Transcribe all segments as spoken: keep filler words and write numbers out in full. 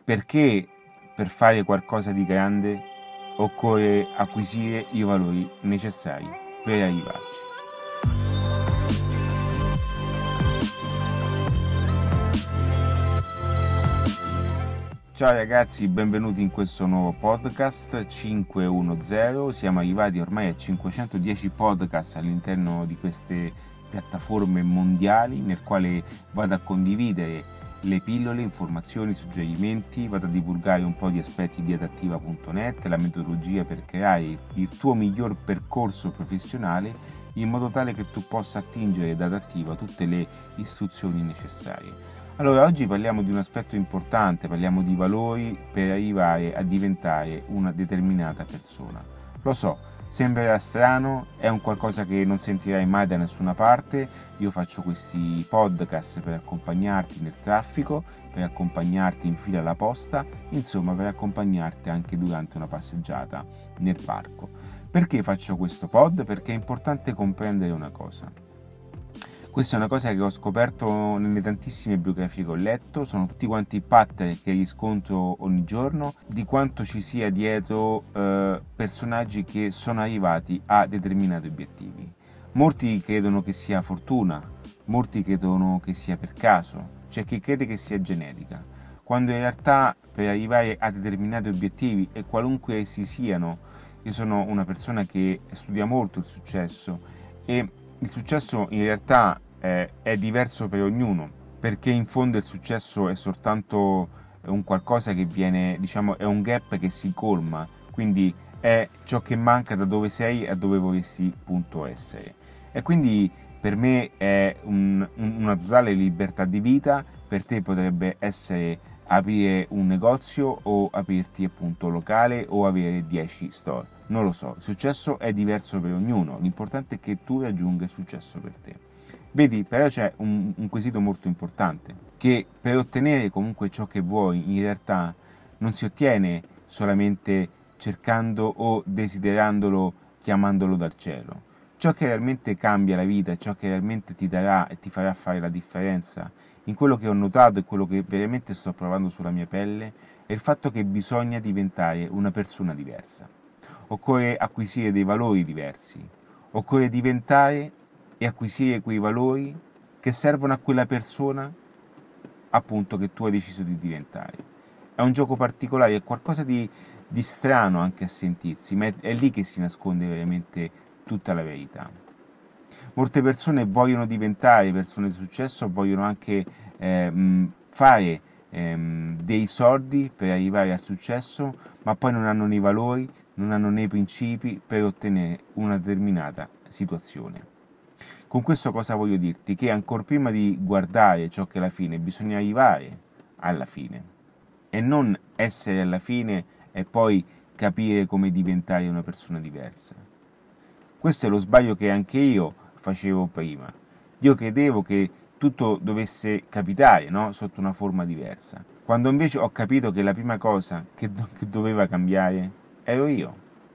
perché per fare qualcosa di grande occorre acquisire i valori necessari per arrivarci. Ciao ragazzi, benvenuti in questo nuovo podcast cinquecentodieci. Siamo arrivati ormai a cinquecentodieci podcast all'interno di queste piattaforme mondiali, nel quale vado a condividere le pillole, informazioni, suggerimenti, vado a divulgare un po' di aspetti di adattiva punto net, la metodologia per creare il tuo miglior percorso professionale in modo tale che tu possa attingere da Adattiva tutte le istruzioni necessarie. Allora, oggi parliamo di un aspetto importante, parliamo di valori per arrivare a diventare una determinata persona. Lo so, sembrerà strano, è un qualcosa che non sentirai mai da nessuna parte. Io faccio questi podcast per accompagnarti nel traffico, per accompagnarti in fila alla posta, insomma per accompagnarti anche durante una passeggiata nel parco. Perché faccio questo pod? Perché è importante comprendere una cosa. Questa è una cosa che ho scoperto nelle tantissime biografie che ho letto, sono tutti quanti pattern che riscontro ogni giorno di quanto ci sia dietro eh, personaggi che sono arrivati a determinati obiettivi. Molti credono che sia fortuna, molti credono che sia per caso, c'è chi crede che sia genetica, quando in realtà per arrivare a determinati obiettivi e qualunque essi siano, io sono una persona che studia molto il successo e il successo in realtà eh, è diverso per ognuno, perché in fondo il successo è soltanto un qualcosa che viene, diciamo, è un gap che si colma, quindi è ciò che manca da dove sei a dove vorresti appunto essere. E quindi per me è un, un, una totale libertà di vita, per te potrebbe essere aprire un negozio o aprirti appunto un locale o avere dieci store. Non lo so, il successo è diverso per ognuno, l'importante è che tu raggiunga il successo per te. Vedi, però c'è un, un quesito molto importante, che per ottenere comunque ciò che vuoi in realtà non si ottiene solamente cercando o desiderandolo, chiamandolo dal cielo. Ciò che realmente cambia la vita, ciò che realmente ti darà e ti farà fare la differenza, in quello che ho notato e quello che veramente sto provando sulla mia pelle, è il fatto che bisogna diventare una persona diversa. Occorre acquisire dei valori diversi, occorre diventare e acquisire quei valori che servono a quella persona appunto che tu hai deciso di diventare. È un gioco particolare, è qualcosa di, di strano anche a sentirsi, ma è, è lì che si nasconde veramente tutta la verità. Molte persone vogliono diventare persone di successo, vogliono anche eh, fare eh, dei soldi per arrivare al successo, ma poi non hanno nei valori, non hanno nei principi per ottenere una determinata situazione. Con questo cosa voglio dirti? Che ancora prima di guardare ciò che è la fine, bisogna arrivare alla fine e non essere alla fine e poi capire come diventare una persona diversa. Questo è lo sbaglio che anche io facevo prima. Io credevo che tutto dovesse capitare, no? Sotto una forma diversa. Quando invece ho capito che la prima cosa che, do- che doveva cambiare ero io.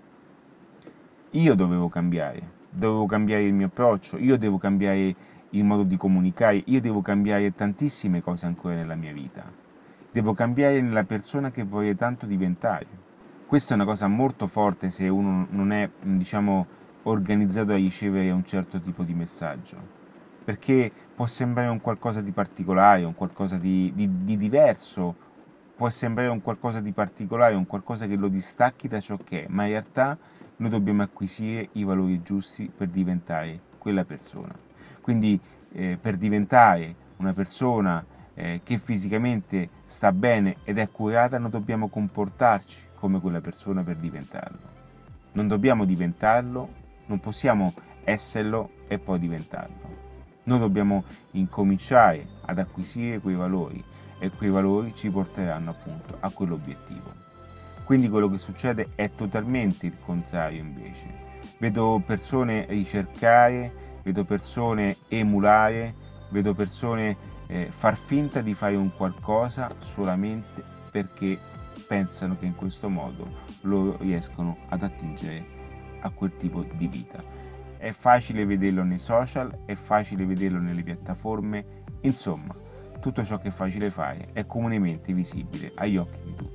Io dovevo cambiare, dovevo cambiare il mio approccio, io devo cambiare il modo di comunicare, io devo cambiare tantissime cose ancora nella mia vita. Devo cambiare nella persona che vorrei tanto diventare. Questa è una cosa molto forte se uno non è, diciamo, organizzato a ricevere un certo tipo di messaggio, perché può sembrare un qualcosa di particolare, un qualcosa di, di, di diverso, può sembrare un qualcosa di particolare, un qualcosa che lo distacchi da ciò che è, ma in realtà noi dobbiamo acquisire i valori giusti per diventare quella persona. Quindi eh, per diventare una persona eh, che fisicamente sta bene ed è curata, noi dobbiamo comportarci come quella persona per diventarlo. Non dobbiamo diventarlo, non possiamo esserlo e poi diventarlo. Noi dobbiamo incominciare ad acquisire quei valori e quei valori ci porteranno appunto a quell'obiettivo. Quindi quello che succede è totalmente il contrario invece. Vedo persone ricercare, vedo persone emulare, vedo persone eh, far finta di fare un qualcosa solamente perché pensano che in questo modo loro riescono ad attingere a quel tipo di vita. È facile vederlo nei social, è facile vederlo nelle piattaforme, insomma, tutto ciò che è facile fare è comunemente visibile agli occhi di tutti.